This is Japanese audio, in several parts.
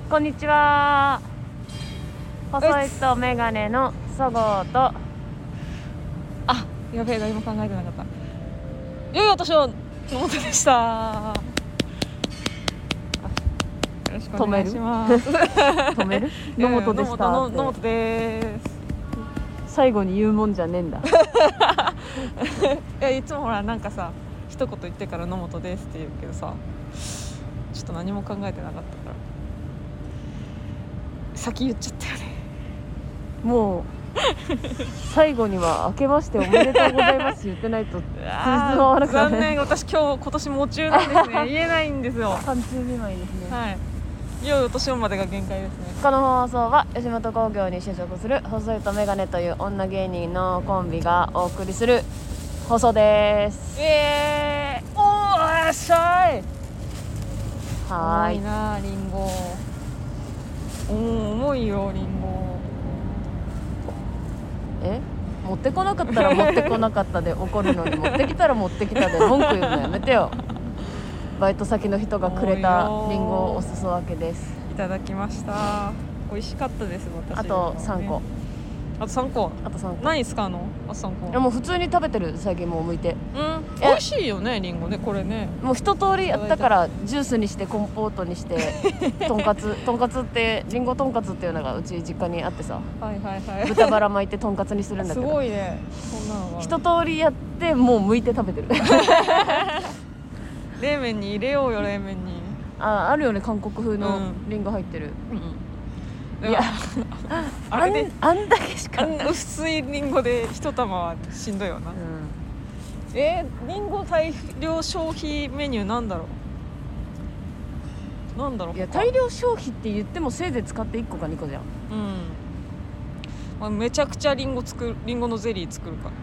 こんにちは。細いとメガネのそごうと、 やべえ、何も考えてなかった。良いお年を、野本でした。よろしくお願いします。 止める野本でした野って本です。 最後に言うもんじゃねえんだ。 いつもほらなんかさ、一言言ってから野本ですって言うけどさ、ちょっと何も考えてなかったから先言っちゃったよね。 もう最後には明けましておめでとうございます言ってないと通じは悪くない。 残念、私今年も中なんですね。言えないんですよ。 寒中見舞いですね。 はい。良いお年をまでが限界ですね。 この放送は吉本興業に就職する細いとメガネという女芸人のコンビがお送りする放送です。 おーっしゃい。 はーい。 重いなリンゴ。重いよリンゴ。 持ってこなかったら持ってこなかったで怒るのに持ってきたら持ってきたで文句言うのやめてよ。バイト先の人がくれたリンゴをお裾分けです。 いただきました。美味しかったです。私あと3個。 あと3個。 あと3個。 何使うの？あと3個。 いやもう普通に食べてる最近もう剥いて。 美味しいよねリンゴねこれね。 もう一通りやったからジュースにしてコンポートにしてとんかつってリンゴとんかつっていうのがうち実家にあってさ。 はいはいはい。 豚バラ巻いてとんかつにするんだけど。 すごいね。そんなのが。 一通りやってもう剥いて食べてる。 冷麺に入れようよ冷麺に。 あるよね韓国風のリンゴ入ってる。いやあんだけしかあんな薄いリンゴで一玉はしんどいよな。リンゴ大量消費メニューなんだろう。 いや大量消費って言ってもせいぜい使って1個か2個じゃん。 めちゃくちゃリンゴのゼリー作るから。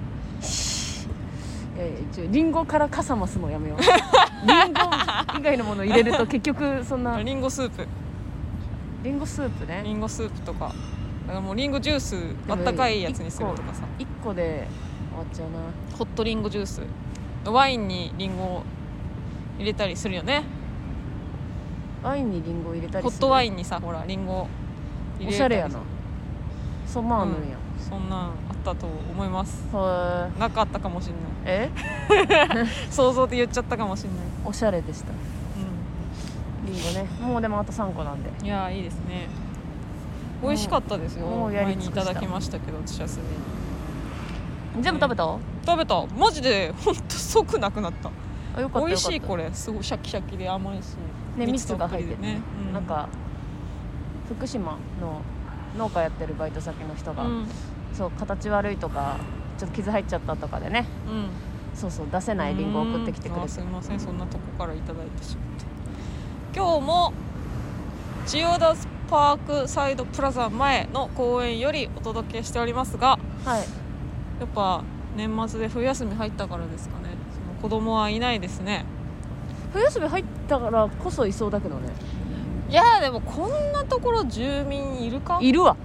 リンゴから傘増すのやめよう。リンゴ以外のもの入れると結局そんな。 リンゴスープね。リンゴスープとか、だからもうリンゴジュースあったかいやつにするとかさ。 1個で終わっちゃうな。 ホットリンゴジュース、ワインにリンゴを入れたりするよね。 ワインにリンゴ入れたりする。 ホットワインにさほらリンゴ入れたり。おしゃれやな。そんなんあるんや。 そんなんあったと思います。なかったかもしれない。想像で言っちゃったかもしれない。 おしゃれでした。リンゴね。もうでもあと3個なんで。 いやいいですね。美味しかったですよ。前にいただきましたけど私はすでに。全部食べた？ 食べた。マジでほんと即なくなった。 よかった。 美味しいこれ。すごいシャキシャキで甘いしね、蜜が入っててね。なんか福島の農家やってるバイト先の人が、そう形悪いとかちょっと傷入っちゃったとかでね、そう出せないリンゴを送ってきてくれて。 すいませんそんなとこからいただいてしまって。今日も千代田パークサイドプラザ前の公園よりお届けしておりますが、やっぱ年末で冬休み入ったからですかね、その子供はいないですね。 冬休み入ったからこそいそうだけどね。 いやでもこんなところ住民いるか？ いるわ。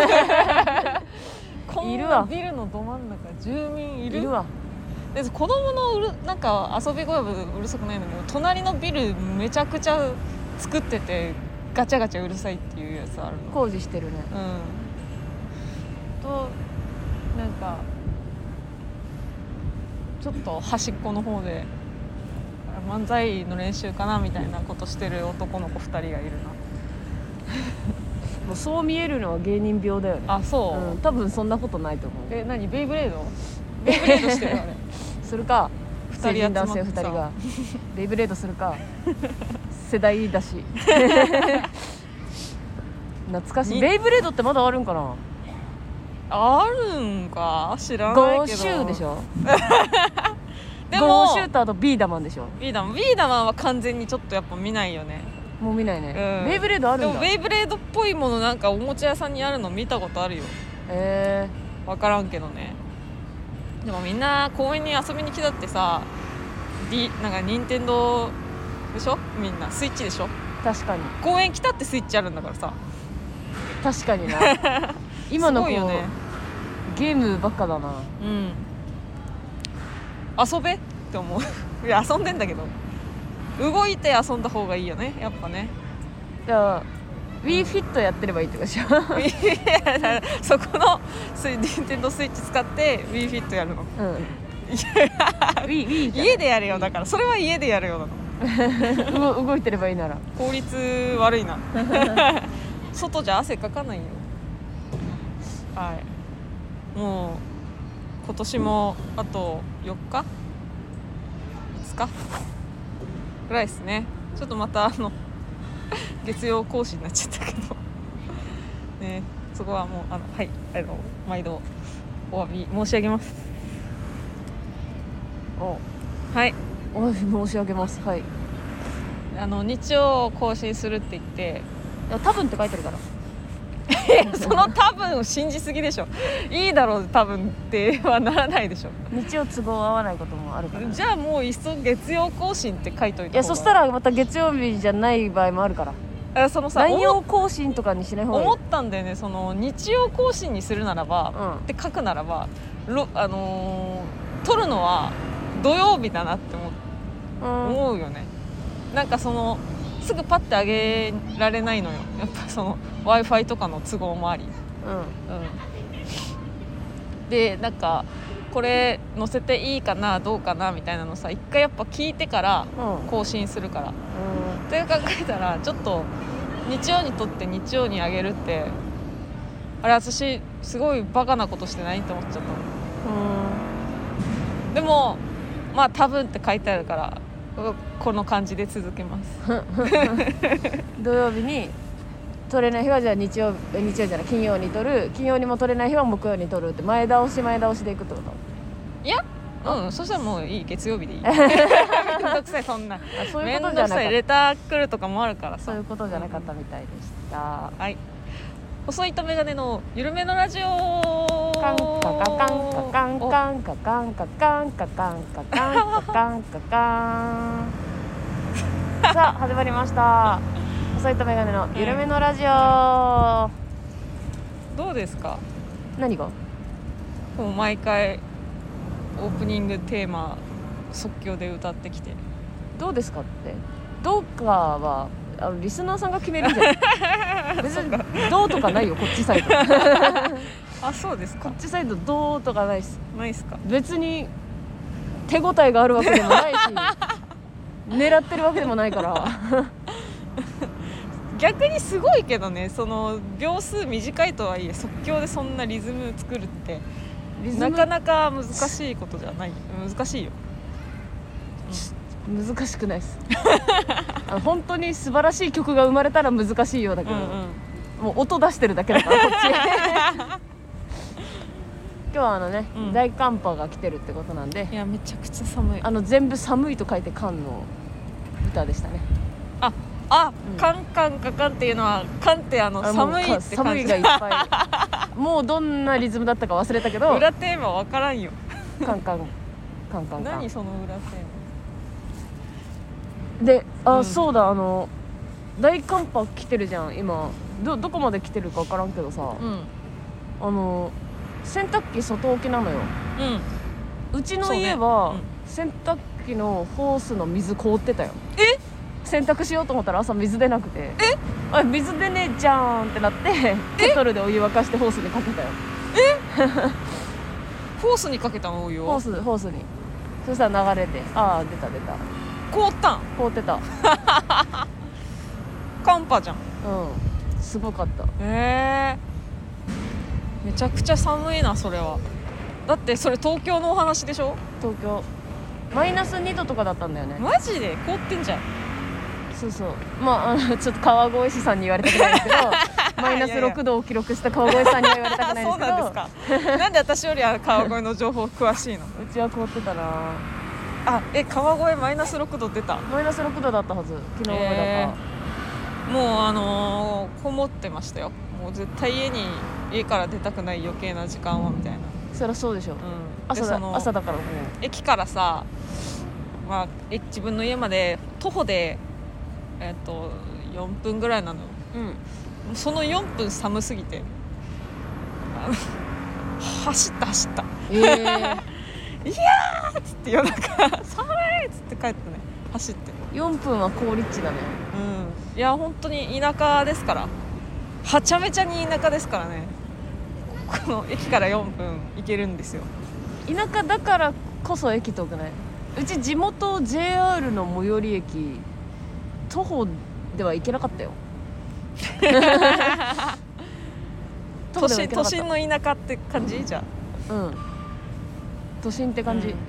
こんなビルのど真ん中住民いるわ。で子供のなんか遊び声もうるさくないのに隣のビルめちゃくちゃ作っててガチャガチャうるさいっていうやつあるの。 工事してるね。 となんかちょっと端っこの方で漫才の練習かなみたいなことしてる男の子2人がいるな。 もうそう見えるのは芸人病だよね。 あ、そう、 多分そんなことないと思う。 何ベイブレードしてるあれするか、成人男性2人がベイブレードするか。世代だし。懐かしい。ベイブレードってまだあるんかな。 あるんか知らないけど。 ゴーシューでしょ。 でもゴーシューターとビーダマンでしょ。 ビーダマンは完全にちょっとやっぱ見ないよね。 もう見ないね。ベイブレードあるんだ。 でもベイブレードっぽいものなんかおもちゃ屋さんにあるの見たことあるよ。分からんけどね。でもみんな公園に遊びに来たってさ、なんか任天堂でしょ。みんなスイッチでしょ。 確かに公園来たってスイッチあるんだからさ。 確かにな。今の子、ね、ゲームばっかだな。 遊べって思う。いや遊んでんだけど動いて遊んだ方がいいよねやっぱね。 じゃあ WeFit やってればいいってことでしょそこのNintendo Switch 使って WeFit やるの、家でやるよ。だからそれは家でやるよなの動いてればいいなら効率悪いな外じゃ汗かかないよ。はい、もう今年もあと4日5日ぐらいですね。ちょっとまた月曜更新になっちゃったけどね、そこはもうはい、毎度お詫び申し上げます。はいお詫び申し上げます。はい、 日曜更新するって言って、 いや多分って書いてるからその多分を信じすぎでしょ。いいだろう多分ってはならないでしょ。 日曜都合合わないこともあるから。 じゃあもういっそ月曜更新って書いといた方が。 いやそしたらまた月曜日じゃない場合もあるから。 そのさ、 何曜更新とかにしない方がいい。 思ったんだよね。その日曜更新にするならば、って書くならば撮るのは土曜日だなって思うよね。なんかそのすぐパッて上げられないのよ。やっぱその Wi-Fi とかの都合もあり、でなんかこれ載せていいかなどうかなみたいなのさ、一回やっぱ聞いてから更新するから、って考えたらちょっと日曜に撮って日曜に上げるって、あれ私すごいバカなことしてないって思っちゃったの。でもまあ多分って書いてあるからこの感じで続けます土曜日に撮れない日はじゃあ日曜じゃない金曜に撮る、金曜にも撮れない日は木曜に撮るって前倒しでいくってこと。 いやそしたらもういい、月曜日でいいめんどくさい、そんなそういうことじゃなかった。めんどくさいレター来るとかもあるからさ。 そういうことじゃなかったみたいでした、 はい。細いとメガネの緩めのラジオ。 カンカカカンカカンカンカカンカカンカカンカカンカカンカカンさあ始まりました細いとメガネの緩めのラジオ、 どうですか。 何が。 もう毎回オープニングテーマ即興で歌ってきてどうですかって、どうかはリスナーさんが決めるんじゃない別にどうとかないよこっちサイドあ、そうですか。 こっちサイドどうとかないっす。 ないっすか。 別に手応えがあるわけでもないし狙ってるわけでもないから逆にすごいけどね、その秒数短いとはいえ即興でそんなリズム作るってなかなか難しいことじゃない。難しいよ、 難しくないです本当に素晴らしい曲が生まれたら難しいようだけど、もう音出してるだけだからこっち今日は大寒波が来てるってことなんで、 いやめちゃくちゃ寒い。 全部寒いと書いて寒の歌でしたね。 カンカンカカンっていうのはカンって寒いって感じ。 寒いがいっぱいもうどんなリズムだったか忘れたけど裏テーマわからんよ。 カンカンカンカンカン。 何その裏テーマで、そうだ大寒波来てるじゃん今。どこまで来てるか分からんけどさ、洗濯機外置きなのよ。うちの家は、洗濯機のホースの水凍ってたよ。洗濯しようと思ったら朝水出なくて、水出ねえじゃんってなってケトルでお湯沸かしてホースにかけたよ。 ホースにかけたのお湯を。 ホースに。そしたら流れて、出た凍ったん。 凍ってた寒波じゃん。 すごかった。 めちゃくちゃ寒いなそれは。だってそれ東京のお話でしょ。 東京マイナス2度とかだったんだよね。 マジで凍ってんじゃん。 そうそう。ちょっと川越市さんに言われたくないんですけどマイナス6度を記録した川越さんには言われたくないんですけどそうなんですか。なんで私よりは川越の情報詳しいの。 うちは凍ってたな。 川越マイナス6度出た。 マイナス6度だったはず。昨日だかもうこもってましたよ。もう絶対家から出たくない余計な時間はみたいな。 そりゃそうでしょ、朝だからもう駅からさ、自分の家まで徒歩で4分ぐらいなのよ。その4分寒すぎて走ったいやーっつって夜中寒いっつって帰ってね、走って。 4分は好立地だね。 いや本当に田舎ですからはちゃめちゃに田舎ですからね。この駅から4分行けるんですよ。 田舎だからこそ駅遠くない？うち地元 JR の最寄り駅徒歩では行けなかったよ都心の田舎って感じじゃん。 都心って感じ、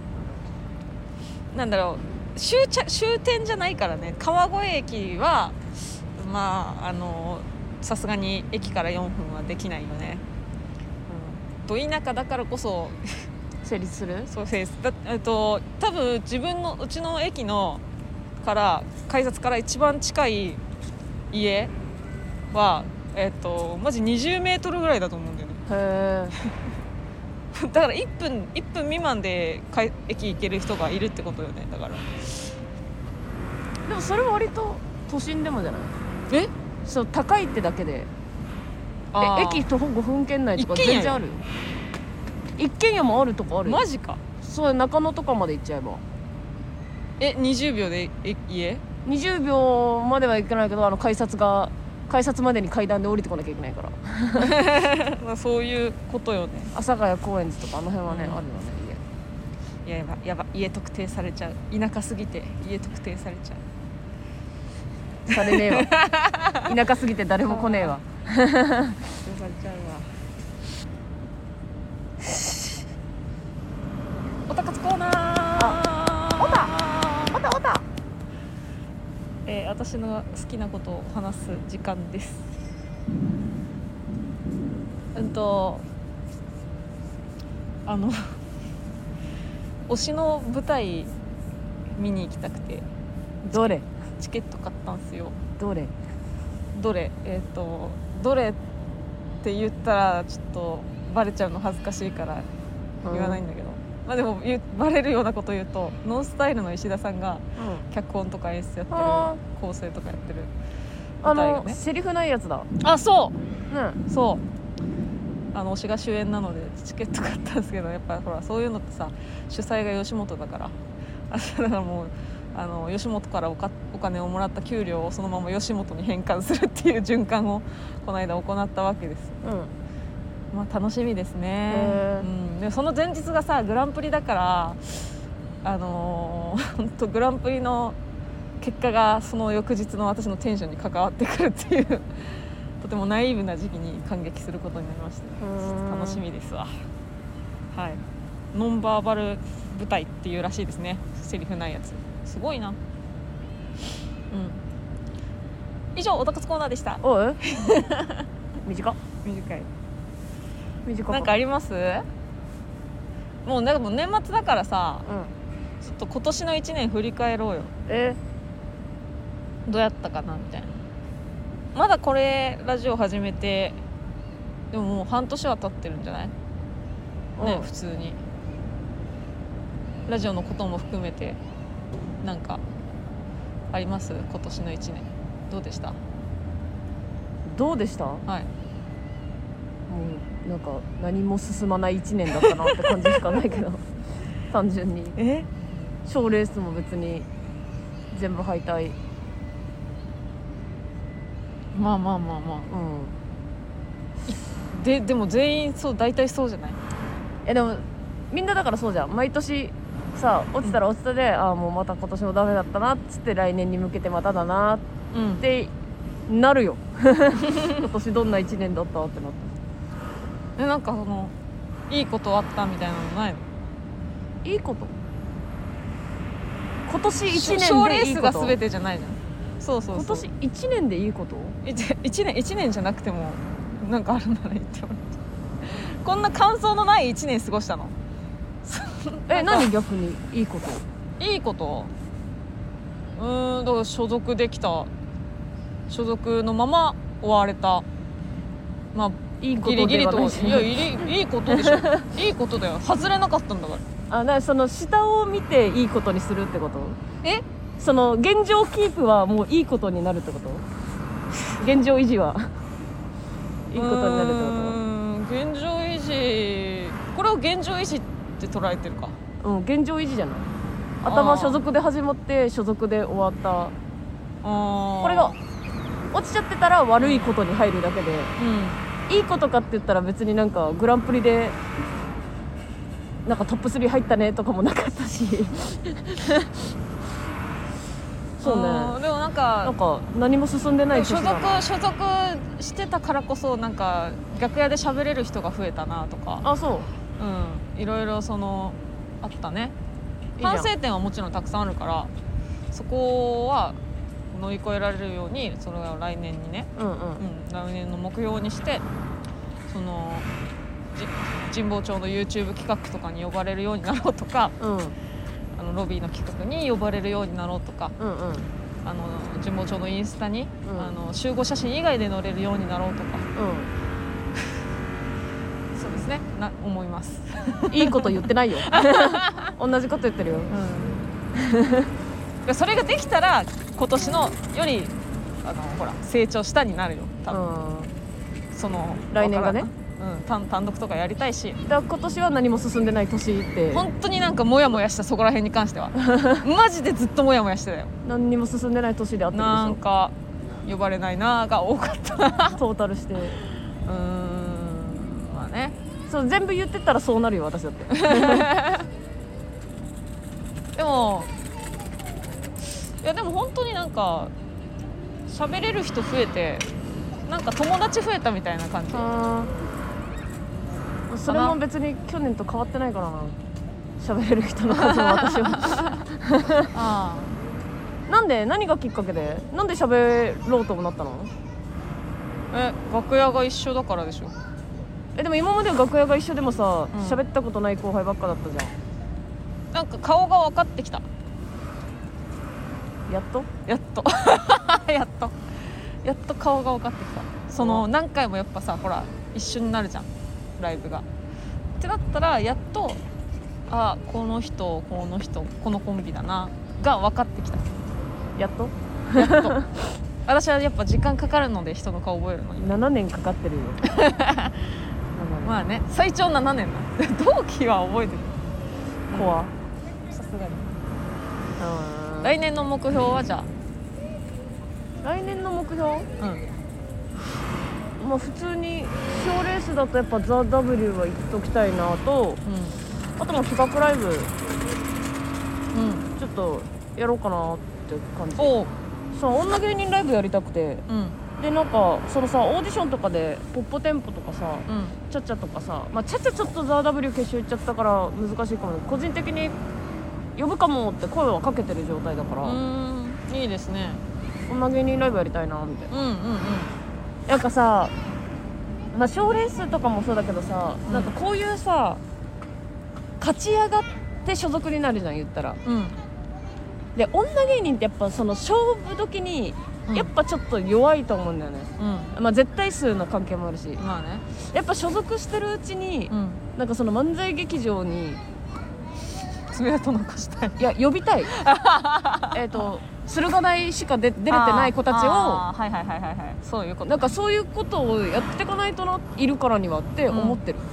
なんだろう、終点じゃないからね。川越駅はまあさすがに駅から4分はできないよね。ど田舎だからこそ成立する？ そう成立だ。多分うちの駅のから改札から一番近い家はマジ20メートルぐらいだと思うんだよね。 へえだから1分未満で駅行ける人がいるってことよね。だからでもそれは割と都心でもじゃない？そう、高いってだけで駅徒歩5分圏内とか全然あるよ。一軒家もあるとこあるよ。 マジか。 そう、中野とかまで行っちゃえば 20秒で家 20秒まではいけないけど、改札までに階段で降りてこなきゃいけないからまあそういうことよね。 阿佐ヶ谷高円寺とかあの辺はね、あるよね。 いややば家特定されちゃう。田舎すぎて家特定されちゃう。 されねえわ田舎すぎて誰も来ねえわ特定されちゃうわおたかつコーナー。 おた私の好きなことを話す時間です。推しの舞台見に行きたくてどれチケット買ったんすよ。 どれどれって言ったらちょっとバレちゃうの恥ずかしいから言わないんだけど、まあでもバレるようなこと言うと、ノンスタイルの石田さんが脚本とか演出やってる、構成とかやってる舞台がね、 セリフないやつだ。 そう推しが主演なのでチケット買ったんですけど、やっぱほらそういうのってさ、主催が吉本だからだからもう吉本からお金をもらった給料をそのまま吉本に返還するっていう循環をこの間行ったわけです。まあ楽しみですね。でその前日がさグランプリだから本当グランプリの結果がその翌日の私のテンションに関わってくるっていうとてもナイーブな時期に感激することになりまして、楽しみですわ。はい、ノンバーバル舞台っていうらしいですね。セリフないやつすごいな。以上オタ活コーナーでした。 おい短いなんかあります？もうなんかもう年末だからさ、ちょっと今年の1年振り返ろうよ。どうやったかなみたいな。まだこれラジオ始めてでももう半年は経ってるんじゃないね。普通にラジオのことも含めてなんかあります？今年の1年どうでした？はい。 もうなんか何も進まない1年だったなって感じしかないけど単純に賞レースも別に全部敗退。 まあ、でも全員そう大体そうじゃない？ でもみんなだからそうじゃん。毎年さ落ちたら落ちたで、もうまた今年もダメだったなっつって来年に向けてまただなってなるよ今年どんな1年だったってなった。 なんかいいことあったみたいなのないの？ いいこと今年1年でいいこと。 賞レースが全てじゃないじゃん。そう今年1年でいいこと 1年じゃなくてもなんかあるなら言ってもらって。こんな感想のない1年過ごしたの？ 何逆にいいこと？ いいことだから所属できた、所属のまま終われた。まあいいことではないし、 いやいいことでしょいいことだよ。外れなかったんだから。 その下を見ていいことにするってこと？その現状キープはもういいことになるってこと？現状維持はいいことになるってこと？ 現状維持、これを現状維持って捉えてるか。 現状維持じゃない？所属で始まって所属で終わった。これが落ちちゃってたら悪いことに入るだけで、いいことかって言ったら別になんかグランプリでなんかトップ3入ったねとかもなかったしそうね。 でもなんか何も進んでない所属してたからこそなんか楽屋で喋れる人が増えたなとか。 あ、そう。 いろいろそのあったね。反省点はもちろんたくさんあるから、そこは乗り越えられるように、それは来年にね、来年の目標にして、その神保町の YouTube 企画とかに呼ばれるようになろうとか、ロビーの企画に呼ばれるようになろうとか、神保町のインスタに、集合写真以外で載れるようになろうとか、そうですね、思います。 いいこと言ってないよ同じこと言ってるよ、 それができたら今年のよりほら成長したになるよ多分、その来年がね、 単独とかやりたいし、 だから今年は何も進んでない年って本当になんかモヤモヤした、そこら辺に関してはマジでずっとモヤモヤしてたよ。 何にも進んでない年であったでしょ。 なんか呼ばれないなーが多かったトータルしてまあね、 そう全部言ってったらそうなるよ私だってでも本当になんか喋れる人増えて、なんか友達増えたみたいな感じ。 それも別に去年と変わってないからな、喋れる人の数も私はなんで何がきっかけでなんで喋ろうともなったの？ 楽屋が一緒だからでしょ。 でも今までは楽屋が一緒でもさ、喋ったことない後輩ばっかだったじゃん。 なんか顔が分かってきた。 やっとやっと顔が分かってきた。その何回もやっぱさ、ほら一緒になるじゃんライブがってなったら、やっとこの人このコンビだなが分かってきた。 やっと私はやっぱ時間かかるので、人の顔覚えるのに 7年かかってるよまあね、最長7年だ同期は覚えてる怖さすがに。来年の目標はじゃあ来年の目標、まあ普通に賞レースだとやっぱザ・ W は行っときたいなと、あとも企画ライブ、ちょっとやろうかなって感じ。そう、女芸人ライブやりたくて、でなんかそのさオーディションとかでポッポテンポとかさ、チャチャとかさ、チャチャちょっとザ・ W 決勝行っちゃったから難しいかも。個人的に呼ぶかもって声はかけてる状態だから。 いいですね。 女芸人ライブやりたいなみたいな。なんかさ、賞レースとかもそうだけどさ、なんかこういうさ勝ち上がって所属になるじゃん言ったら。で女芸人ってやっぱその勝負時にやっぱちょっと弱いと思うんだよね。絶対数の関係もあるし、やっぱ所属してるうちに、なんかその漫才劇場に爪痕残したい。 いや呼びたい駿河台しか出れてない子たちを、 そういうことなんかそういうことをやっていかないといるからにはって思ってる、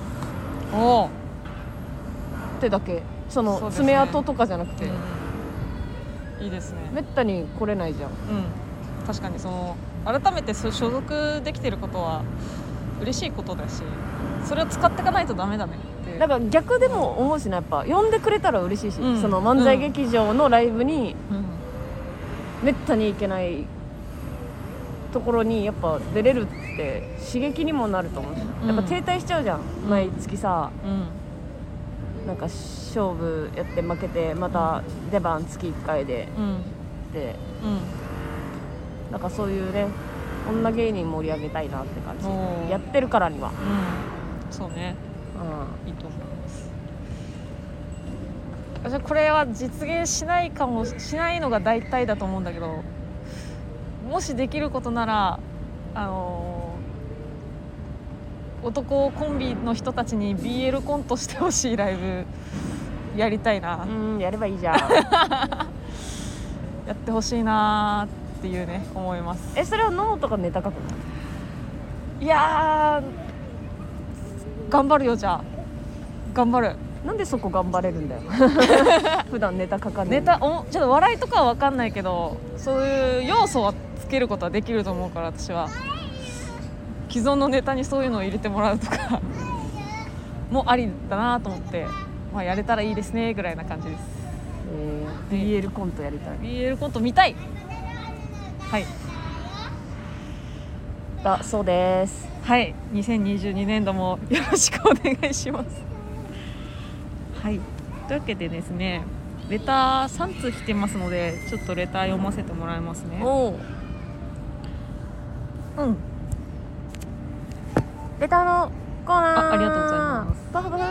ってだけ。その爪痕とかじゃなくて、 いいですね。 めったに来れないじゃん。 確かにその改めて所属できてることは嬉しいことだし、それを使っていかないとダメだねって。 だから逆でも思うしな、やっぱ呼んでくれたら嬉しいし、その漫才劇場のライブに、めったに行けないところにやっぱ出れるって刺激にもなると思うし、やっぱ停滞しちゃうじゃん、毎月さ、なんか勝負やって負けてまた出番月1回で、なんかそういうね女芸人盛り上げたいなって感じ。やってるからには、 そうね、いいと思います。私これは実現しないのが大体だと思うんだけど、もしできることなら男コンビの人たちに BL コントしてほしいライブやりたいな。 やればいいじゃんやってほしいなっていうね思います。 それは野本がネタ書くの？ いや頑張るよ。じゃあ頑張る。 なんでそこ頑張れるんだよ普段ネタ書かない。 ちょっと笑いとかは分かんないけど、そういう要素はつけることはできると思うから、私は既存のネタにそういうのを入れてもらうとかもありだなと思って、まあ、やれたらいいですねぐらいな感じです。 BL コントやりたい。 BL コント見たい。はい、 だそうです。 はい、2022年度もよろしくお願いします。はい、というわけでですね、レター3通来てますので、ちょっとレター読ませてもらいますね。 レターのコーナー。 ありがとうございます。 バカバカ。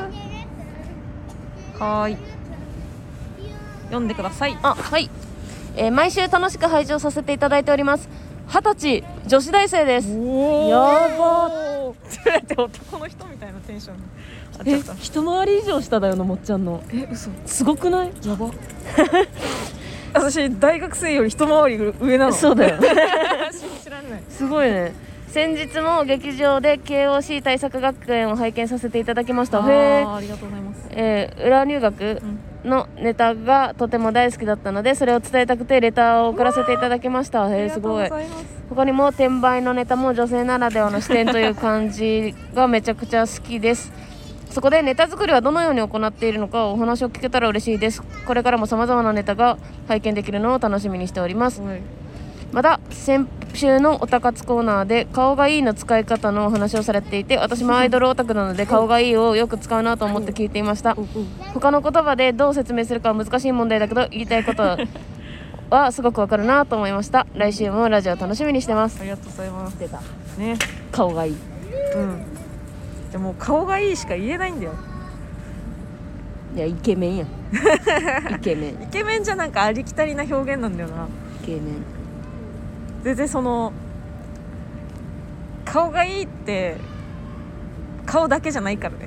はい、読んでください。 はい、毎週楽しく拝聴させていただいております。20歳女子大生です。やばーって男の人みたいなテンションに一回り以上下だよのもっちゃんの。 嘘、 すごくない？やば私大学生より一回り上なの。 そうだよ信じられない。 すごいね。先日も劇場で KOC 対策学園を拝見させていただきました。 ありがとうございます。 裏入学のネタがとても大好きだったので、それを伝えたくてレターを送らせていただきました。すごい。他にも転売のネタも女性ならではの視点という感じがめちゃくちゃ好きです。そこでネタ作りはどのように行っているのかお話を聞けたら嬉しいです。これからも様々なネタが拝見できるのを楽しみにしております。また先週のおたかつコーナーで顔がいいの使い方のお話をされていて、私もアイドルオタクなので顔がいいをよく使うなと思って聞いていました。他の言葉でどう説明するかは難しい問題だけど、言いたいことはすごくわかるなと思いました。来週もラジオ楽しみにしてます。 ありがとうございます。 出たね、 顔がいい。 でも顔がいいしか言えないんだよ。 いやイケメンやんイケメンイケメンじゃなんかありきたりな表現なんだよな。 イケメン全然その顔がいいって顔だけじゃないからね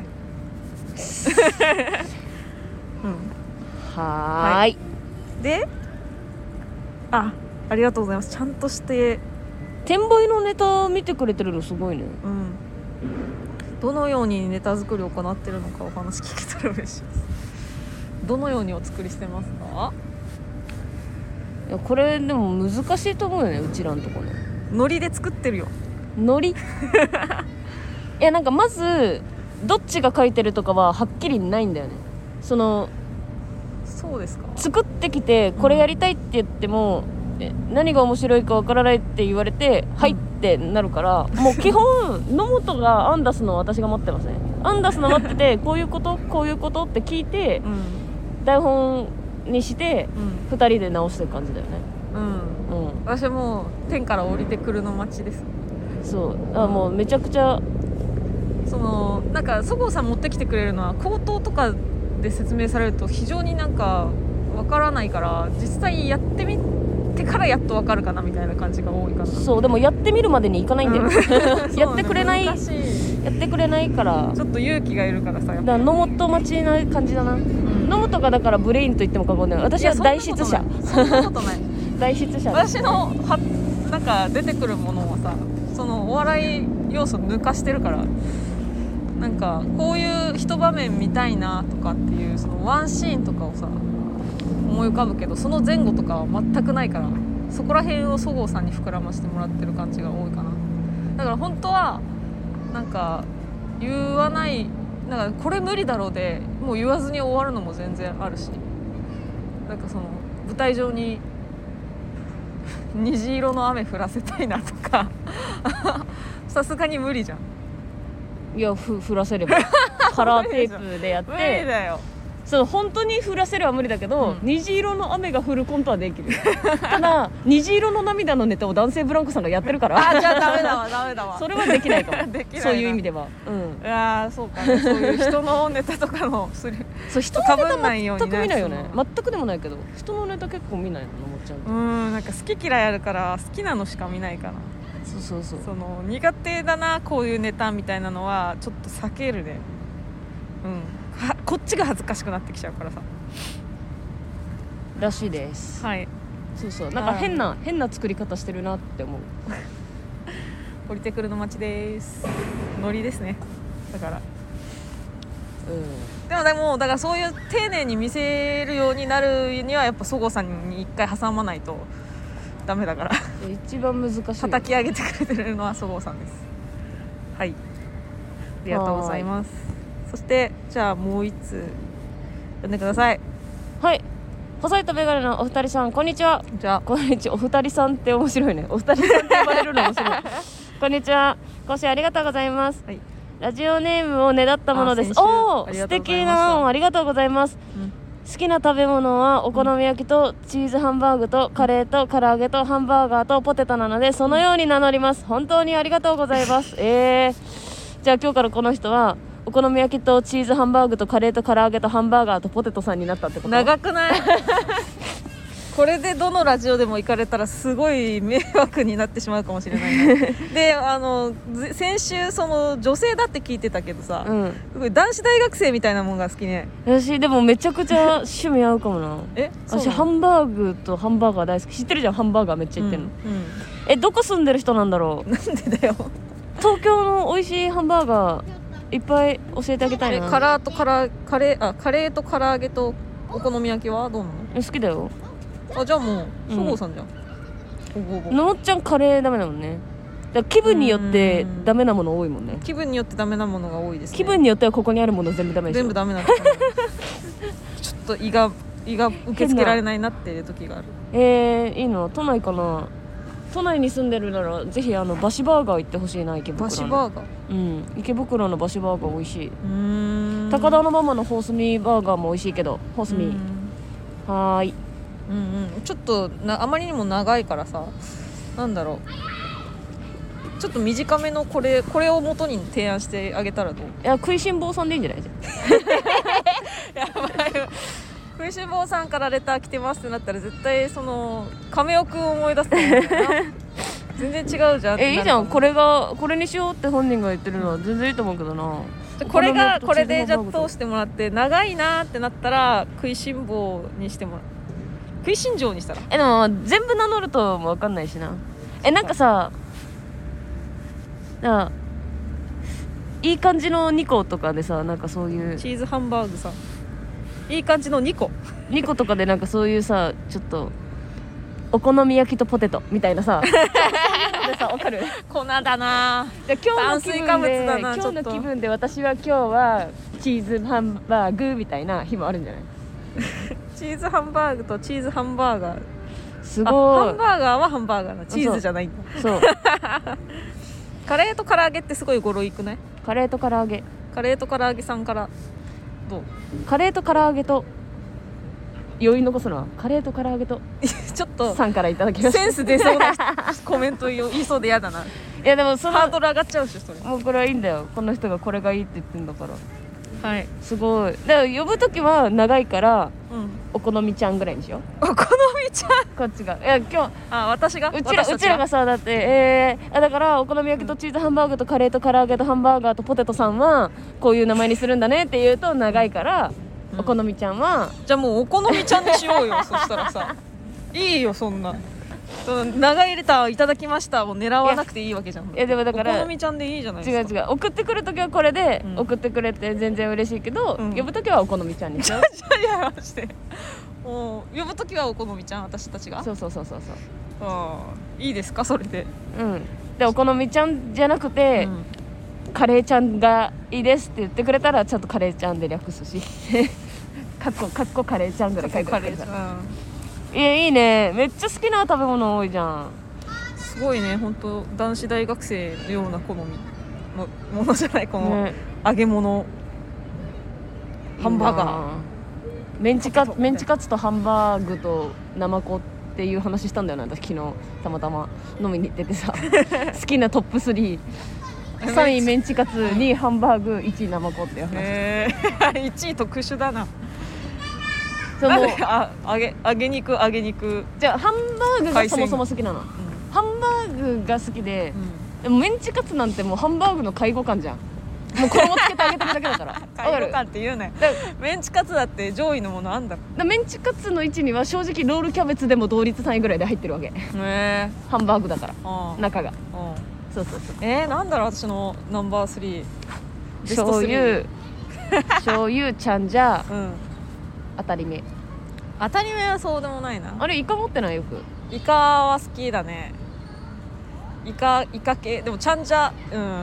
はい、 でありがとうございます。ちゃんとして転売のネタ見てくれてるのすごいね。 どのようにネタ作りを行ってるのかお話聞けたら嬉しいです。どのようにお作りしてますか？ いやこれでも難しいと思うよね、うちらのとこね。 ノリで作ってるよ。 ノリいやなんかまずどっちが書いてるとかははっきりないんだよね。 そうですか。 作ってきてこれやりたいって言っても、何が面白いかわからないって言われて、はいってなるから、もう基本野本が案出すのは私が待ってますね。案出すの待っててこういうことって聞いて、台本にして、2人で直してる感じだよね。 私はもう天から降りてくるの待ちです。 そう、もうめちゃくちゃなんかそごうさん持ってきてくれるのは口頭とかで説明されると非常になんかわからないから、実際やってみてからやっとわかるかなみたいな感じが多いかな。 そう、でもやってみるまでにいかないんだよ、やってくれないからちょっと勇気がいるからさ、 だから野本待ちな感じだな。野本がだからブレインと言っても過言だよ。私は代筆者。 そんなことない代筆者。 私のなんか出てくるものはさ、そのお笑い要素抜かしてるから、なんかこういう一場面見たいなとかっていうそのワンシーンとかをさ思い浮かぶけど、その前後とかは全くないから、そこら辺をそごうさんに膨らましてもらってる感じが多いかな。だから本当はなんか言わない、なんかこれ無理だろうでもう言わずに終わるのも全然あるし、なんかその舞台上に虹色の雨降らせたいなとかさすがに無理じゃん。 いや降らせればカラーテープでやって無理だよ。 そう本当に降らせれば無理だけど、虹色の雨が降るコントはできるただ虹色の涙のネタを男性ブランコさんがやってるからじゃあダメだわそれはできないかもできないなそういう意味では。 そうかね、そういう人のネタとかのそう人のネタ全く見ないよね。全くでもないけど人のネタ結構見ないの思っちゃう。 なんか好き嫌いあるから好きなのしか見ないかな。 そうその苦手だなこういうネタみたいなのはちょっと避けるね。こっちが恥ずかしくなってきちゃうからさらしいです。 はい、 そうなんか変な作り方してるなって思う降りてくるの待ちです。ノリですね。だからでもだからそういう丁寧に見せるようになるにはやっぱそごうさんに一回挟まないとダメだから一番難しい。 叩き上げてくれてるのはそごうさんです。はい、ありがとうございます。そしてじゃあもう一通読んでください。 はい、細いとメガネのお二人さん、こんにちは。 じゃあ、 こんにちは。お二人さんって面白いね。お二人さんって呼ばれるの面白いこんにちは。今週ありがとうございます、 はい、 ラジオネームをねだったものです。おお、素敵な案ありがとうございます、好きな食べ物はお好み焼きとチーズハンバーグとカレーと唐揚げとハンバーガーとポテトなので、そのように名乗ります。本当にありがとうございますじゃあ今日からこの人はお好み焼きとチーズハンバーグとカレーと唐揚げとハンバーガーとポテトさんになったってこと？ 長くないこれでどのラジオでも行かれたらすごい迷惑になってしまうかもしれないなで先週その女性だって聞いてたけどさ、すごい男子大学生みたいなもんが好きね。 私でもめちゃくちゃ趣味合うかもな私ハンバーグとハンバーガー大好き。知ってるじゃん、ハンバーガーめっちゃ言ってんの、どこ住んでる人なんだろう。 なんでだよ東京の美味しいハンバーガーいっぱい教えてあげたいな。 カレーと唐揚げとお好み焼きはどうなの？ 好きだよ。 じゃあもうそごうさんじゃん。 のもっちゃんカレーダメだもんね。だから気分によってダメなもの多いもんね。 気分によってダメなものが多いですね。 気分によってはここにあるもの全部ダメでしょ。 全部ダメなんですちょっと胃が受け付けられないなっていう時がある。 いいの都内かな。都内に住んでるならぜひバシバーガー行ってほしいな。池袋のバシバーガー、池袋のバシバーガー美味しい。高田のママのホースミーバーガーも美味しいけど、ホースミーはーい。 ちょっとあまりにも長いからさ、なんだろう、ちょっと短めのこれを元に提案してあげたらどう？ いや、食いしん坊さんでいいんじゃない？じゃやばいよ食いしん坊さんからレター来てますってなったら絶対その亀尾くんを思い出すと思うんだよな全然違うじゃん。 いいじゃん。これにしようって本人が言ってるのは全然いいと思うけどな。 これでじゃあ通してもらって、長いなってなったら食いしん坊にしてもらう。食いしん坊にしたらでも全部名乗るとも分かんないしな。なんかさ、いい感じの2個とかでさ、なんかそういうチーズハンバーグさ、いい感じの2個とかでなんかそういうさ、ちょっとお好み焼きとポテトみたいなさでさ、分かる？ 粉だな。 今日の気分で私は今日はチーズハンバーグみたいな日もあるんじゃない？ チーズハンバーグとチーズハンバーガー。 すごい。 ハンバーガーはハンバーガーな、チーズじゃないんだ。 そうカレーと唐揚げってすごい語呂いくない？ カレーと唐揚げさんからどう？カレーと唐揚げと余韻残すのはカレーと唐揚げとちょっとさんからいただきました。 センス出そうなコメント言いそうで嫌だな。いやでもハードル上がっちゃうし、それもうこれはいいんだよ。この人がこれがいいって言ってんだから。 はい、 すごい。だから呼ぶときは長いから、お好みちゃんぐらいにしよう。 お好みちゃんこっちが。いや今日私がうちらがさ、だってだからお好み焼きとチーズハンバーグとカレーと唐揚げとハンバーガーとポテトさんはこういう名前にするんだねって言うと長いから、お好みちゃんはじゃあもうお好みちゃんにしようよそしたらさいいよ、そんな長いレターいただきましたを狙わなくていいわけじゃん。 いやでもだからお好みちゃんでいいじゃないですか。 違う送ってくるときはこれで、送ってくれて全然嬉しいけど、呼ぶときはお好みちゃんにしよう。 いやマジで呼ぶときはお好みちゃん、私たちが。 そういいですか、それで。 でお好みちゃんじゃなくて、カレーちゃんがいいですって言ってくれたらちゃんとカレーちゃんで略すしかっこカレーちゃんぐらい書いてあるから。いや、いいね。めっちゃ好きな食べ物多いじゃん。 すごいね、本当男子大学生のような好みのものじゃない、この揚げ物、ハンバーガー、メンチカツとハンバーグとナマコっていう話したんだよな、私昨日たまたま飲みに行っててさ好きなトップ3、3位メンチカツ、2位ハンバーグ、1位ナマコっていう話。1位特殊だな。揚げ肉じゃあハンバーグがそもそも好きなの、ハンバーグが好きで、でもメンチカツなんてもうハンバーグの介護官じゃん。もう衣つけてあげてるだけだから介護官って言うね。メンチカツだって上位のものあんだろ。メンチカツの位置には正直ロールキャベツでも同率3位ぐらいで入ってるわけ。ハンバーグだから中が。そうなんだろう、私のナンバー3。醤油ちゃんじゃ、当たり目はそうでもないな。あれイカ持ってない？よくイカは好きだね。 イカ系でもちゃんじゃ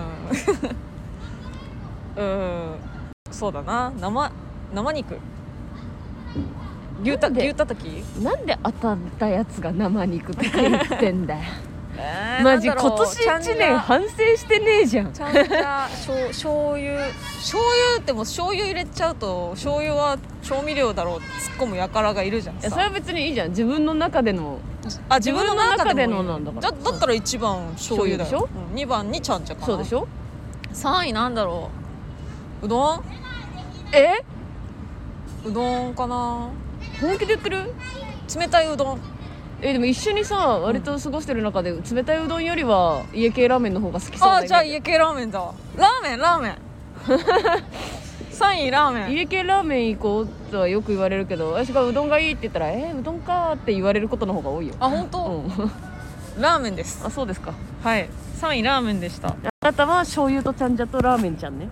そうだな、生肉、牛たたき。 なんで当たったやつが生肉って言ってんだよマジ今年1年反省してねえじゃん。 ちゃんじゃ醤油ってもう醤油入れちゃうと醤油は調味料だろうって突っ込む輩がいるじゃん。 いやそれは別にいいじゃん、自分の中での。 自分の中でのなんだから。 だったら1番醤油だよ。 醤油でしょ、2番にちゃんじゃかな。 そうでしょ。 3位なんだろう、うどん。うどんかな。 本気で言ってる？ 冷たいうどん。 でも一緒にさ割と過ごしてる中で冷たいうどんよりは家系ラーメンの方が好きそうだ。 じゃあ家系ラーメンだわ。ラーメン3位ラーメン。 家系ラーメン行こうとはよく言われるけど、私がうどんがいいって言ったらうどんかって言われることの方が多いよ。 本当？ラーメンです。 そうですか。 はい、3位ラーメンでした。 あなたは醤油とちゃんじゃとラーメンちゃんね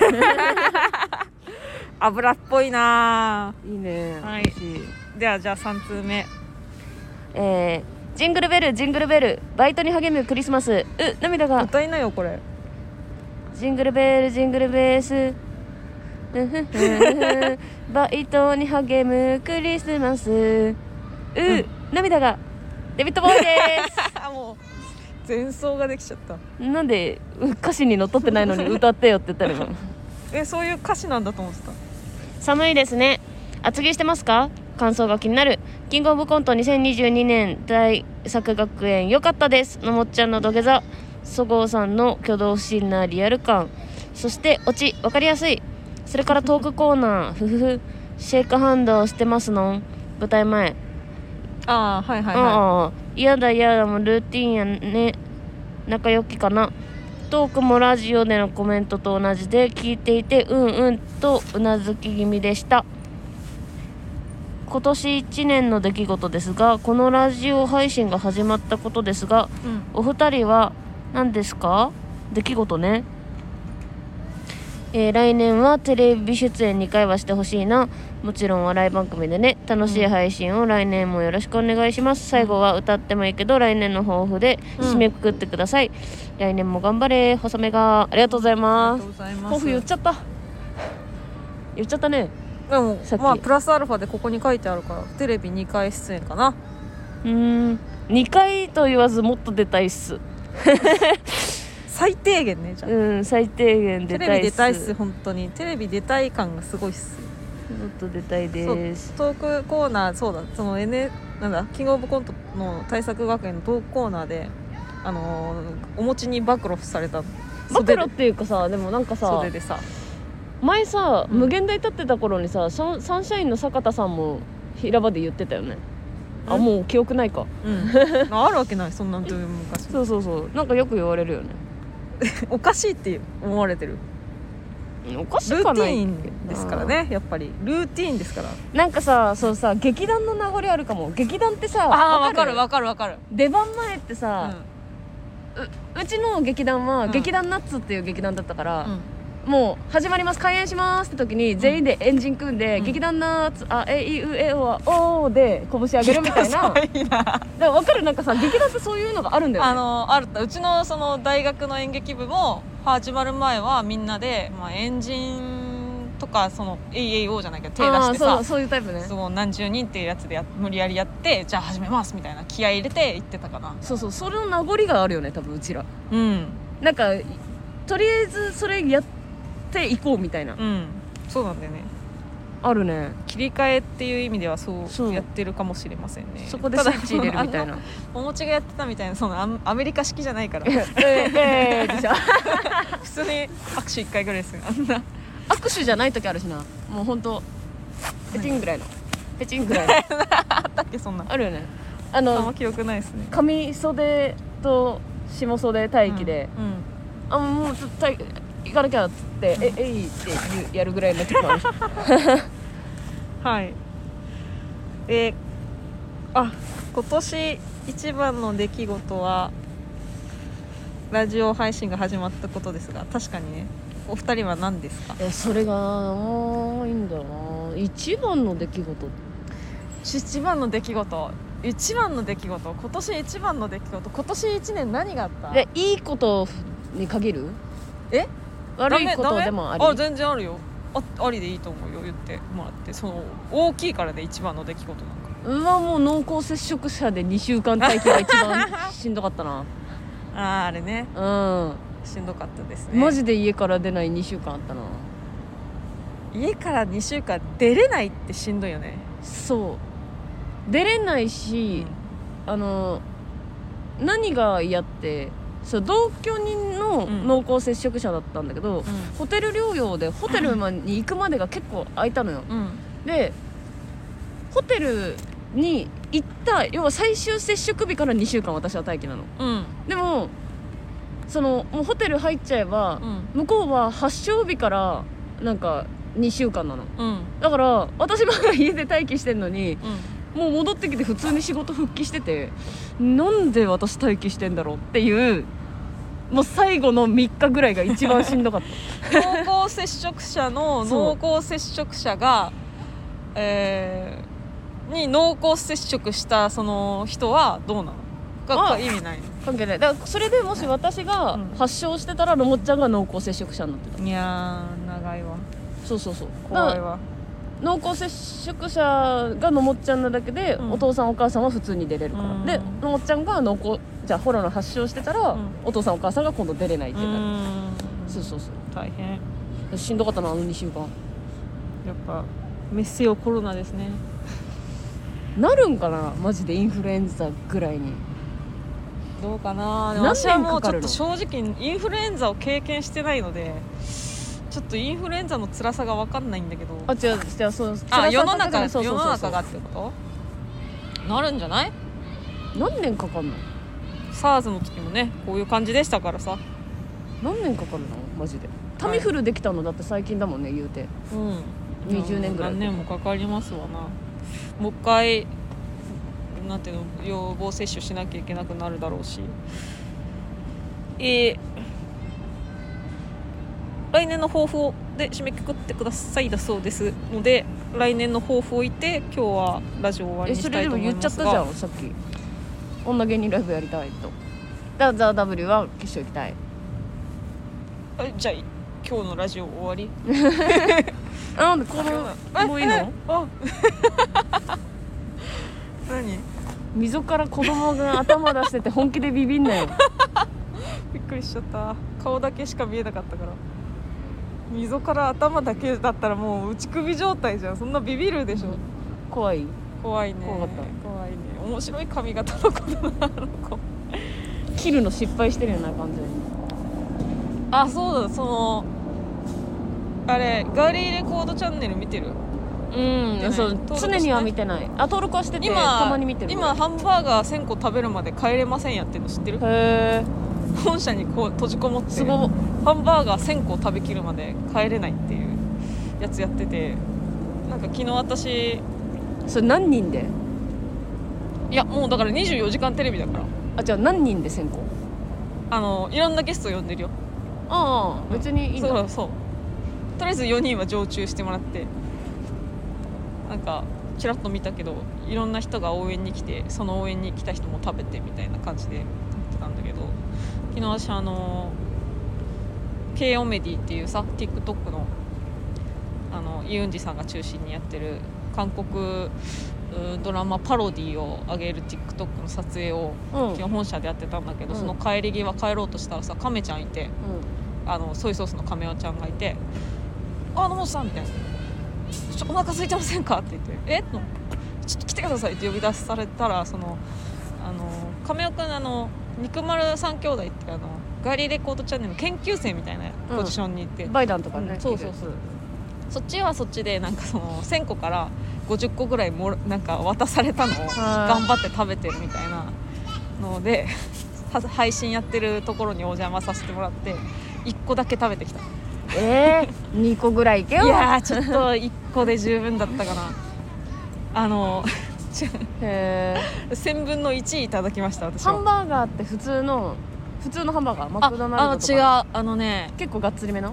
油っぽいな。 いいね。 はい、じゃあ3通目。 ジングルベルジングルベルバイトに励むクリスマス。涙が。 歌いなよこれ。 ジングルベルジングルベースバイトに励むクリスマス。涙が。デビッドボーイですもう前奏ができちゃった。 なんで歌詞にのっとってないのに歌ってよって言ったら今そういう歌詞なんだと思ってた。 寒いですね。厚着してますか？感想が気になる。キングオブコント2022年大作学園良かったです。のもっちゃんの土下座、そごうさんの挙動不審なリアル感、そしてオチ分かりやすい。それからトークコーナーふふふシェイクハンドしてますの舞台前。嫌だもうルーティンやね。仲良きかな。トークもラジオでのコメントと同じで聞いていてとうなずき気味でした。今年1年の出来事ですが、このラジオ配信が始まったことですが、お二人は何ですか？出来事ね。来年はテレビ出演2回はしてほしいな。もちろん笑い番組でね。楽しい配信を来年もよろしくお願いします。最後は歌ってもいいけど来年の抱負で締めくくってください。来年も頑張れ細めが。ありがとうございます。抱負言っちゃったね。 でもプラスアルファでここに書いてあるからテレビ2回出演かな。 2回と言わずもっと出たいっす最低限ね。じゃあ最低限出たいっす。 テレビ出たいっす。本当にテレビ出たい感がすごいっす。 もっと出たいです。 トークコーナー、そうだ、そのキングオブコントの大作学園のトークコーナーでお餅に暴露された。 暴露っていうかさ、でもなんかさ袖でさ前さ、無限大立ってた頃にさサンシャインの坂田さんも平場で言ってたよね。もう記憶ないか。 あるわけない、そんなんという昔。 そうなんかよく言われるよねおかしいって思われてる。 おかしくはないルーティーンですからね。やっぱりルーティーンですから。 なんかさ、劇団の名残あるかも。劇団ってさ、 わかる出番前ってさ、うちの劇団は、劇団ナッツっていう劇団だったから、もう始まります開演しますって時に全員でエンジン組んで、劇団ナッツいうえおはおーで拳上げるみたいなだから分かる。なんかさ劇団ってそういうのがあるんだよね。 うちのその大学の演劇部も始まる前はみんなで、エンジンとかその AAO じゃないけど手出してさ、 そういうタイプね。 そう何十人っていうやつで無理やりやって、じゃあ始めますみたいな気合い入れて言ってたかな。 それの名残があるよね多分うちら。なんかとりあえずそれやっていこうみたいな。 そうなんだよね。 あるね。 切り替えっていう意味ではそうやってるかもしれませんね。 そこでスイッチ入れるみたいな。 お餅がやってたみたいな、そのアメリカ式じゃないからでしょ普通に握手1回ぐらいですよ。あんな握手じゃない時あるしな。もうほんとペチンぐらいのあったっけそんな。 あるよね。 あんま記憶ないですね。 上袖と下袖待機で、もうちょっと行かなきゃっつってえいってやるぐらいの時もあるしはい。今年一番の出来事はラジオ配信が始まったことですが、確かにね。お二人は何ですか？ それがいいんだよな。一番の出来事。 一番の出来事、 一番の出来事、今年一番の出来事、今年1年何があった？ でいいことに限る？悪いことでもあり？ 全然あるよ。ありでいいと思うよ、言ってもらって。その大きいからで一番の出来事なんか。 もう濃厚接触者で2週間待機が一番しんどかったな。 あれね、しんどかったですね。 マジで家から出ない2週間あったな。 家から2週間出れないってしんどいよね。 そう出れないし、何が嫌って、そう同居人の濃厚接触者だったんだけど、ホテル療養でホテルに行くまでが結構空いたのよ、でホテルに行った要は最終接触日から2週間私は待機なの、でももうホテル入っちゃえば、向こうは発症日からなんか2週間なの、だから私まだ家で待機してんのに、もう戻ってきて普通に仕事復帰してて、なんで私待機してんだろうっていう、もう最後の3日ぐらいが一番しんどかった濃厚接触者の濃厚接触者が、に濃厚接触したその人はどうなの？意味ないの？ 関係ない。だからそれでもし私が発症してたら、のもっちゃんが濃厚接触者になってた。 いやー長いわ。 そう怖いわ。 濃厚接触者がのもっちゃんなだけで、お父さんお母さんは普通に出れるから、でのもっちゃんがコロナ発症してたら、お父さんお母さんが今度出れないってなる。そう大変しんどかったな、2週間。 やっぱメッセよコロナですね。 なるんかなマジで、インフルエンザぐらいに。 どうかな。でも私はもうちょっと正直インフルエンザを経験してないので、ちょっとインフルエンザの辛さが分かんないんだけど。 違うそう、 世の中がってことなるんじゃない？ 何年かかんの ？SARS の時もねこういう感じでしたからさ。 何年かかるのマジで。タミフルできたのだって最近だもんね、言うて。20年ぐらい。 何年もかかりますわな。もう一回なんていうの、予防接種しなきゃいけなくなるだろうし、来年の抱負で締めくくってくださいだそうですので、来年の抱負を置いて今日はラジオ終わりにしたいと思いますが。 それでも言っちゃったじゃんさっき。女芸人ライブやりたいと。ザ・W は決勝行きたい。 じゃあ今日のラジオ終わりなんでこのもういいの？ 何？ 溝から子供が頭出してて本気でビビんなよびっくりしちゃった。顔だけしか見えなかったから。溝から頭だけだったらもう打ち首状態じゃん。そんなビビるでしょ。 怖いね。 怖いね。面白い髪型の子だな、あの子。 切るの失敗してるよな完全に。 あ、そうだ、あれガリーレコードチャンネル見てる？ そう常には見てない。登録はしててたまに見てる。 今ハンバーガー1000個食べるまで帰れませんやってるの知ってる？ へー。本社にこう閉じこもってすごハンバーガー1000個食べきるまで帰れないっていうやつやってて、なんか昨日私それ何人で？ いやもうだから24時間テレビだから。 じゃあ何人で1000個？ いろんなゲスト呼んでるよ。 別にいいんだ。 そうとりあえず4人は常駐してもらって、なんかチラッと見たけどいろんな人が応援に来て、その応援に来た人も食べてみたいな感じでやってたんだけど、昨日私Kオメディっていうさ TikTok のイウンジさんが中心にやってる韓国ドラマパロディを上げる TikTok の撮影を昨日本社でやってたんだけど、その帰り際帰ろうとしたらさ、カメちゃんいて、ソイソースのカメオちゃんがいて、野本さんみたいな、お腹空いてませんかって言って、ちょっと来てくださいって呼び出されたら、亀尾くん肉丸三兄弟ってガリレコードチャンネルの研究生みたいなポジションにいて、 バイダンとかね、 そうそっちはそっちでなんか1000個から50個ぐらいなんか渡されたのを頑張って食べてるみたいなので配信やってるところにお邪魔させてもらって1個だけ食べてきた。 2個ぐらいいけよ。 いやちょっと1個で十分だったかな。1000分の1いただきました私は。 ハンバーガーって普通のハンバーガー、マクドナルドとか？ 違う、 結構がっつりめの？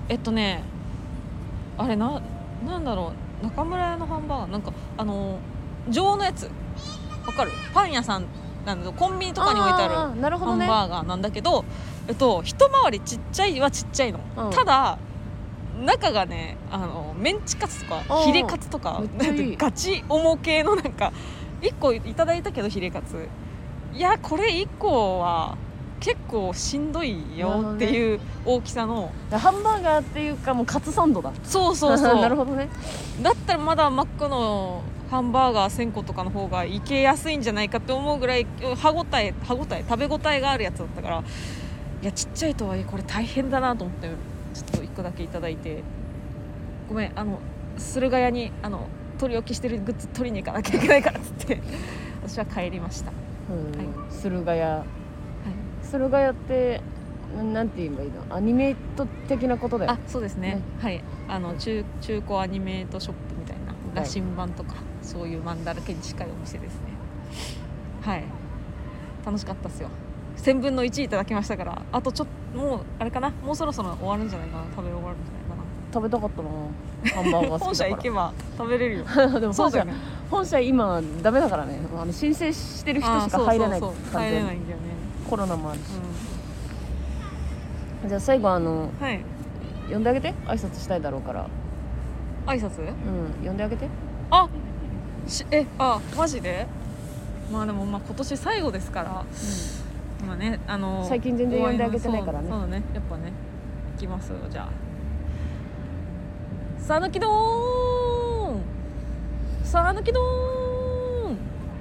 あれなんだろう、中村屋のハンバーガーなんか上のやつわかる？パン屋さんなんだけどコンビニとかに置いてあるハンバーガーなんだけど、一回りちっちゃいはちっちゃいの、ただ中がねメンチカツとかヒレカツとかガチ重系のなんか1個いただいたけどヒレカツ、いやこれ1個は結構しんどいよっていう大きさの、 ハンバーガーっていうかもうカツサンドだ。 そうなるほどね。 だったらまだマックのハンバーガー1000個とかの方がいけやすいんじゃないかって思うぐらい歯ごたえ食べ応えがあるやつだったから、いやちっちゃいとはいえこれ大変だなと思ってちょっと1個だけいただいて、ごめん駿河屋に取り置きしてるグッズ取りに行かなきゃいけないからっつって私は帰りました。 駿河屋、駿河屋ってなんて言えばいいの？アニメート的なことだよ。 そうですね。はい。中古アニメートショップみたいな羅針盤とか、そういう漫画だけに近いお店ですね。はい。楽しかったですよ。1000分の1いただきましたから、あともうあれかな、もうそろそろ終わるんじゃないかな、食べ終わるんじゃないかな。 食べたかったな、ハンバーガー好きだから。 本社行けば食べれるよ。 でも本社今ダメだからね、申請してる人しか入れない。 入れないんだよね。 コロナもあるし。じゃあ最後呼んであげて、挨拶したいだろうから。 挨拶？ 呼んであげて。 マジで？まあでも今年最後ですから、まあね最近全然呼んであげてないからね。 そうだね、やっぱね、行きますよ。じゃあさぬきどーん、さぬきどーん。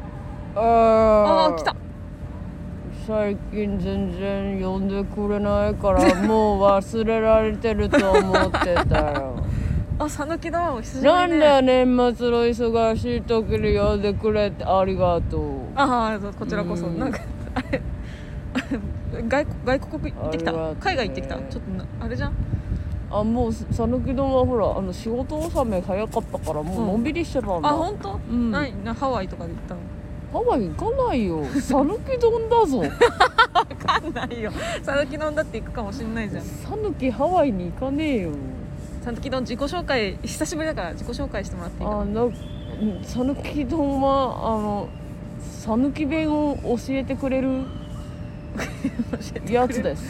来た。 最近全然呼んでくれないからもう忘れられてると思ってたよ。 さぬきだ、お久しぶりね。 なんだ年末の忙しい時に呼んでくれてありがとう。 こちらこそ。なんかあれ外国行ってきた、海外行ってきた。ちょっとあれじゃん。 もうさぬき丼はほら仕事納め早かったからもうのんびりしてたんだ。 本当？ハワイとかで行ったの？ ハワイ行かないよ。さぬき丼だぞ。 わかんないよ。さぬき丼だって行くかもしんないじゃん。 さぬきハワイに行かねえよ。 さぬき丼自己紹介、久しぶりだから自己紹介してもらっていいかな。 さぬき丼はさぬき弁を教えてくれるやつです。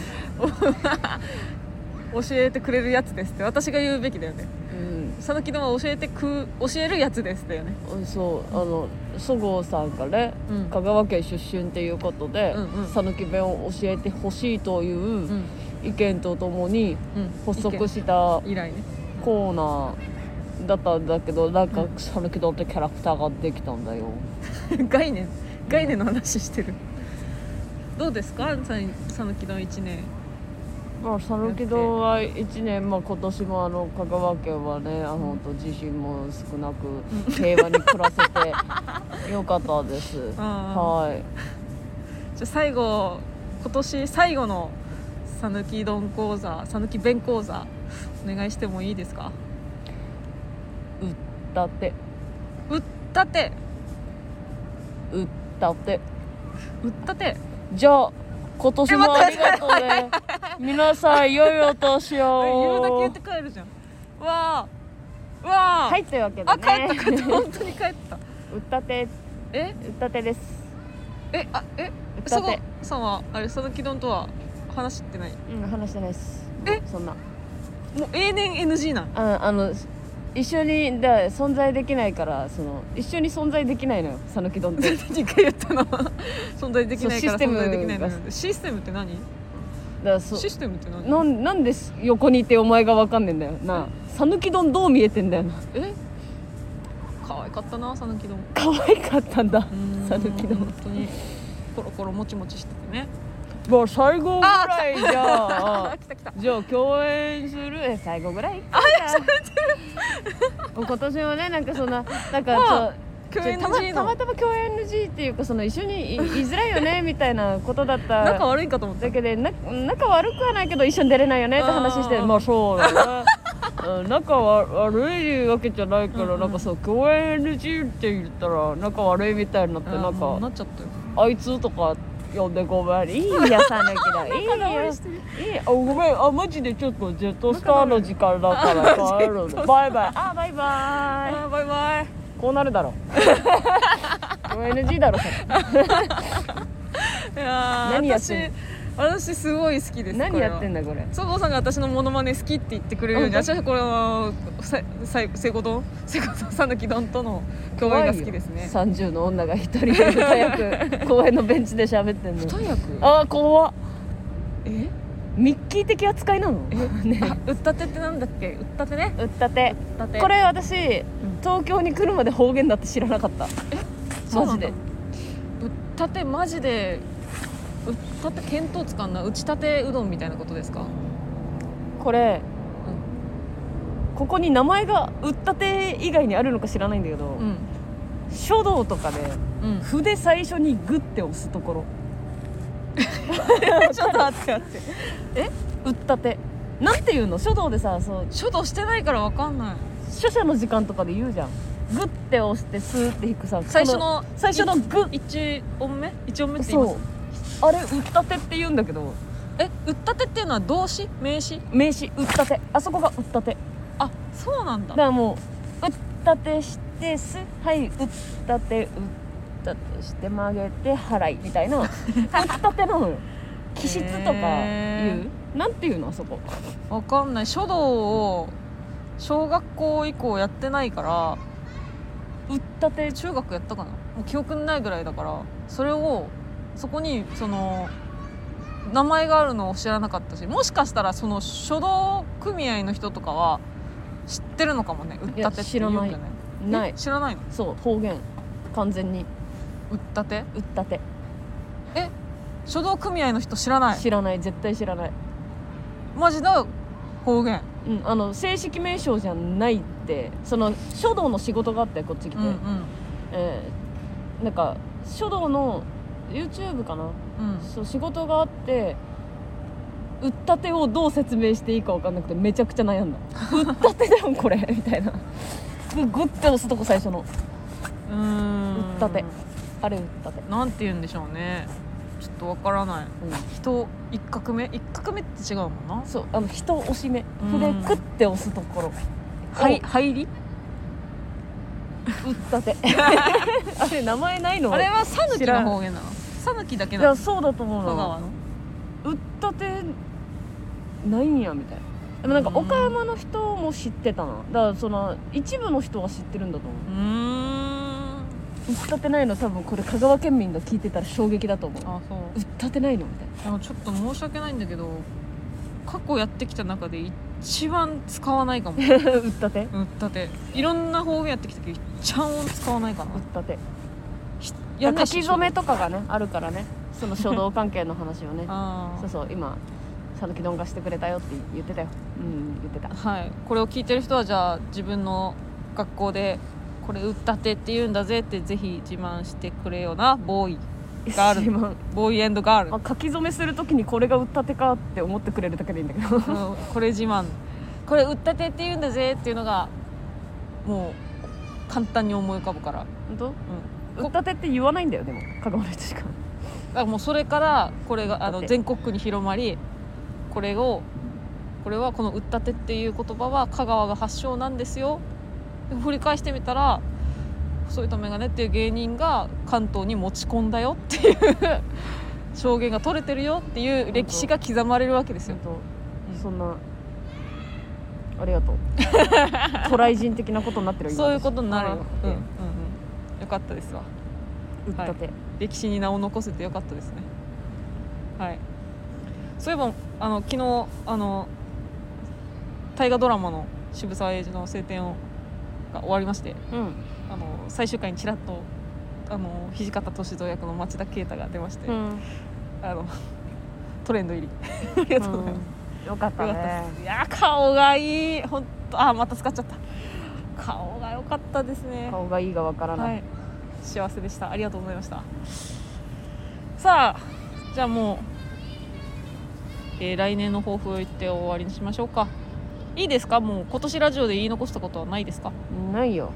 教えてくれるやつですって私が言うべきだよね。さぬき丼は教えるやつですだよね。 そうそごうさんがね、香川県出身っていうことでさぬき弁を教えてほしいという意見とともに発足したコーナーだったんだけど、なんかさぬき丼ってキャラクターができたんだよ。 概念の話してる。どうですかさぬき丼1年。 さぬき丼は1年、今年も香川県はね地震も少なく平和に暮らせてよかったです。はい。 じゃあ今年最後のさぬき丼講座、さぬき弁講座お願いしてもいいですか？ うったてじゃあ今年もありがとうね。皆さん良いお年を。 言うだけ言って帰るじゃん。わあはい、というわけでね。 帰った本当に帰った。 うったてです。 そごさんはさぬき丼とは話してない？ 話してないです。そんなもう永年 NG なん一緒に存在できないから一緒に存在できないのよ、さぬき丼って。 2回言ったの。存在できないから存在できないの。システムって何？システムって何？ なんで横にいてお前が分かんねえんだよな。さぬき丼どう見えてんだよな。 可愛かったな、さぬき丼。 可愛かったんだ、さぬき丼。 本当にコロコロもちもちしててね。 もう最後ぐらいじゃあ来たじゃあ共演する最後ぐらい今年もねなんかたまたま共演 NG っていうか一緒にいづらいよねみたいなことだった仲悪いかと思っただけで仲悪くはないけど一緒に出れないよねって話してまあそうだね仲悪いわけじゃないから、なんか共演 NG って言ったら仲悪いみたいになってなんかなっちゃったよ。 あいつとか呼んでごめん。いいやさぬきだ。いいよ。ごめん。マジでちょっとジェットスターの時間だから帰るの。バイバイ。バイバイ。 バイバイ。 こうなるだろう。 NG だろそれ。 いや何やってんの私すごい好きです。 何やってんだこれ。 そごうさんが私のモノマネ好きって言ってくれるように、私はこれはセゴ丼さぬき丼との共演が好きですね。 30の女が一人で二役公園のベンチで喋ってんの。 二役？ あー怖っ。 え？ ミッキー的扱いなの？ ね、うったてってなんだっけ？うったてね。 うったて。これ私、東京に来るまで方言だって知らなかった。マジで。 うったてマジで。うったて見当つかんな。打ちたてうどんみたいなことですか？ これ、ここに名前がうったて以外にあるのか知らないんだけど、書道とかで、筆最初にグッて押すところ。 ちょっと待って待って。 うったてなんていうの？書道でさ、そう書道してないから分かんない。 書写の時間とかで言うじゃん。グッて押してスーって引くさ、 最初のグッ 1音目って言います。 そうあれうったてって言うんだけど、 うったてっていうのは動詞？名詞？ 名詞。うったて、あそこがうったて。 あ、そうなんだ。 だからもううったてしてす、はい、うったてして曲げて払いみたいなうったてなのよ。気質とか言う、なんていうのあそこ。 わかんない。書道を小学校以降やってないから、 うったて中学やったかな、もう記憶にないぐらいだから、そこにその名前があるのを知らなかったし、もしかしたらその書道組合の人とかは知ってるのかもね。うったてって言うんじゃない？ ない。 知らないの？ そう、方言完全にうったて。 うったて。 書道組合の人知らない？ 知らない、絶対知らない。 マジの方言。 正式名称じゃないって。その書道の仕事があってこっち来て、なんか書道の YouTube かな、そう仕事があって、うったてをどう説明していいか分かんなくてめちゃくちゃ悩んだ。うったてだよこれみたいな。グッて押すとこ最初のうったて、あれうったてなんて言うんでしょうね。ちょっとわからない。人一画目って違うもんな。 そう、人押し目、筆クッて押すところ、 入りうったてあれ名前ないの？ あれはさぬきの方言なの？さぬきだけなの？ いやそうだと思うな。 香川のうったてないんやみたいな。でもなんか岡山の人も知ってたな。だからその一部の人は知ってるんだと思う。うったてないの多分これ香川県民が聞いてたら衝撃だと思う。 あ、そう。 うったてないのみたいな。 でもちょっと申し訳ないんだけど、過去やってきた中で一番使わないかも。 うったていろんな方言やってきたけど一番使わないかな。 うったて。 書き初めとかがねあるからね、その書道関係の話をねそうそう、今さぬき丼がしてくれたよって言ってたよ。言ってた。 はい、これを聞いてる人はじゃあ自分の学校でこれうったてって言うんだぜってぜひ自慢してくれよな。ボーイガールボーイエンドガール。 書き初めするときにこれがうったてかって思ってくれるだけでいいんだけどこれ自慢、これうったてって言うんだぜっていうのがもう簡単に思い浮かぶから。 本当？うったてって言わないんだよ。でも香川の人しか。だからもうそれからこれが全国区に広まり、これはこのうったてっていう言葉は香川が発祥なんですよ。振り返してみたら細いとメガネっていう芸人が関東に持ち込んだよっていう証言が取れてるよっていう歴史が刻まれるわけですよ。 そんなありがとう渡来人的なことになってる。 そういうことになるよ。よかったですわ。 うったて、 歴史に名を残せてよかったですね。はい。そういえば昨日大河ドラマの渋沢栄一の青天をが終わりまして、最終回にちらっと土方歳三役の町田啓太が出まして、トレンド入りありがとうございます。 よかったね。 いや顔がいい。本当また使っちゃった。顔が良かったですね。 顔がいいがわからない、 幸せでした。ありがとうございました。さあじゃあもう、来年の抱負を言って終わりにしましょうか。いいですか？もう今年ラジオで言い残したことはないですか？ ないよ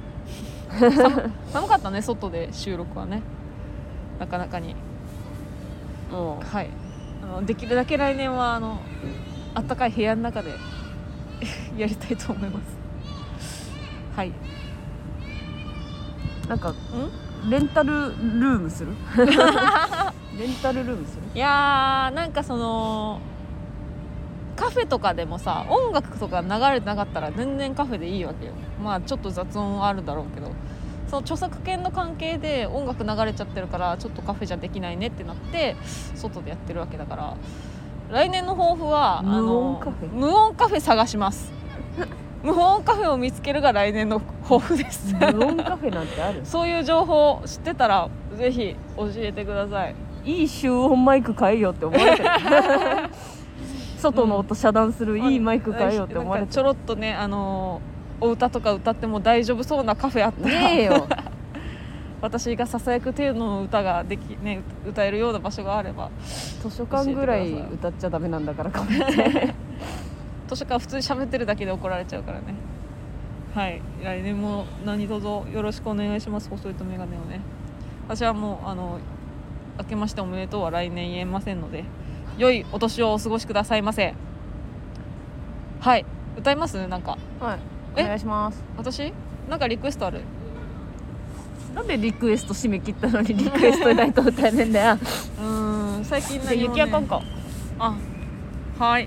寒かったね、外で収録はね、なかなかに。はい、できるだけ来年はあったかい部屋の中でやりたいと思います。はい。 なんかレンタルルームするレンタルルームする。 いやーなんかそのカフェとかでもさ音楽とか流れてなかったら全然カフェでいいわけよ。まあちょっと雑音はあるだろうけど、その著作権の関係で音楽流れちゃってるからちょっとカフェじゃできないねってなって外でやってるわけだから、来年の抱負は無音カフェ無音カフェ探します無音カフェを見つけるが来年の抱負です無音カフェなんてあるそういう情報知ってたらぜひ教えてください。 いい集音マイク買えよって思われてる外の音遮断するいいマイク買えよって思われてる。 ちょろっとねお歌とか歌っても大丈夫そうなカフェあったらねえよ私がささやく程度の歌が歌えるような場所があれば。 図書館ぐらい歌っちゃダメなんだからカフェって図書館普通に喋ってるだけで怒られちゃうからね。はい来年も何卒よろしくお願いします。細いとメガネをね。私はもう明けましておめでとうは来年言えませんので良いお年をお過ごしくださいませ。はい歌いますなんか。 はいお願いします。 私なんかリクエストある。 なんでリクエスト締め切ったのにリクエストないと歌えねえんだよ最近じゃあ雪あかんか。 あはい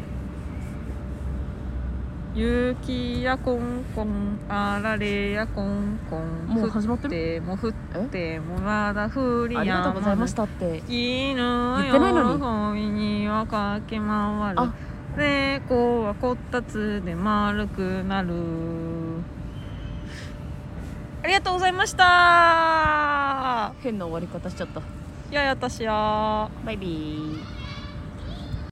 雪やこんこんあられやこんこんもう始まってる。 もう降ってもまだ降りやまありがとうございましたって月の言ってないのに喜びには駆け回る猫はこったつで丸くなる。ありがとうございました。 変な終わり方しちゃった。 ややたしやバイビー。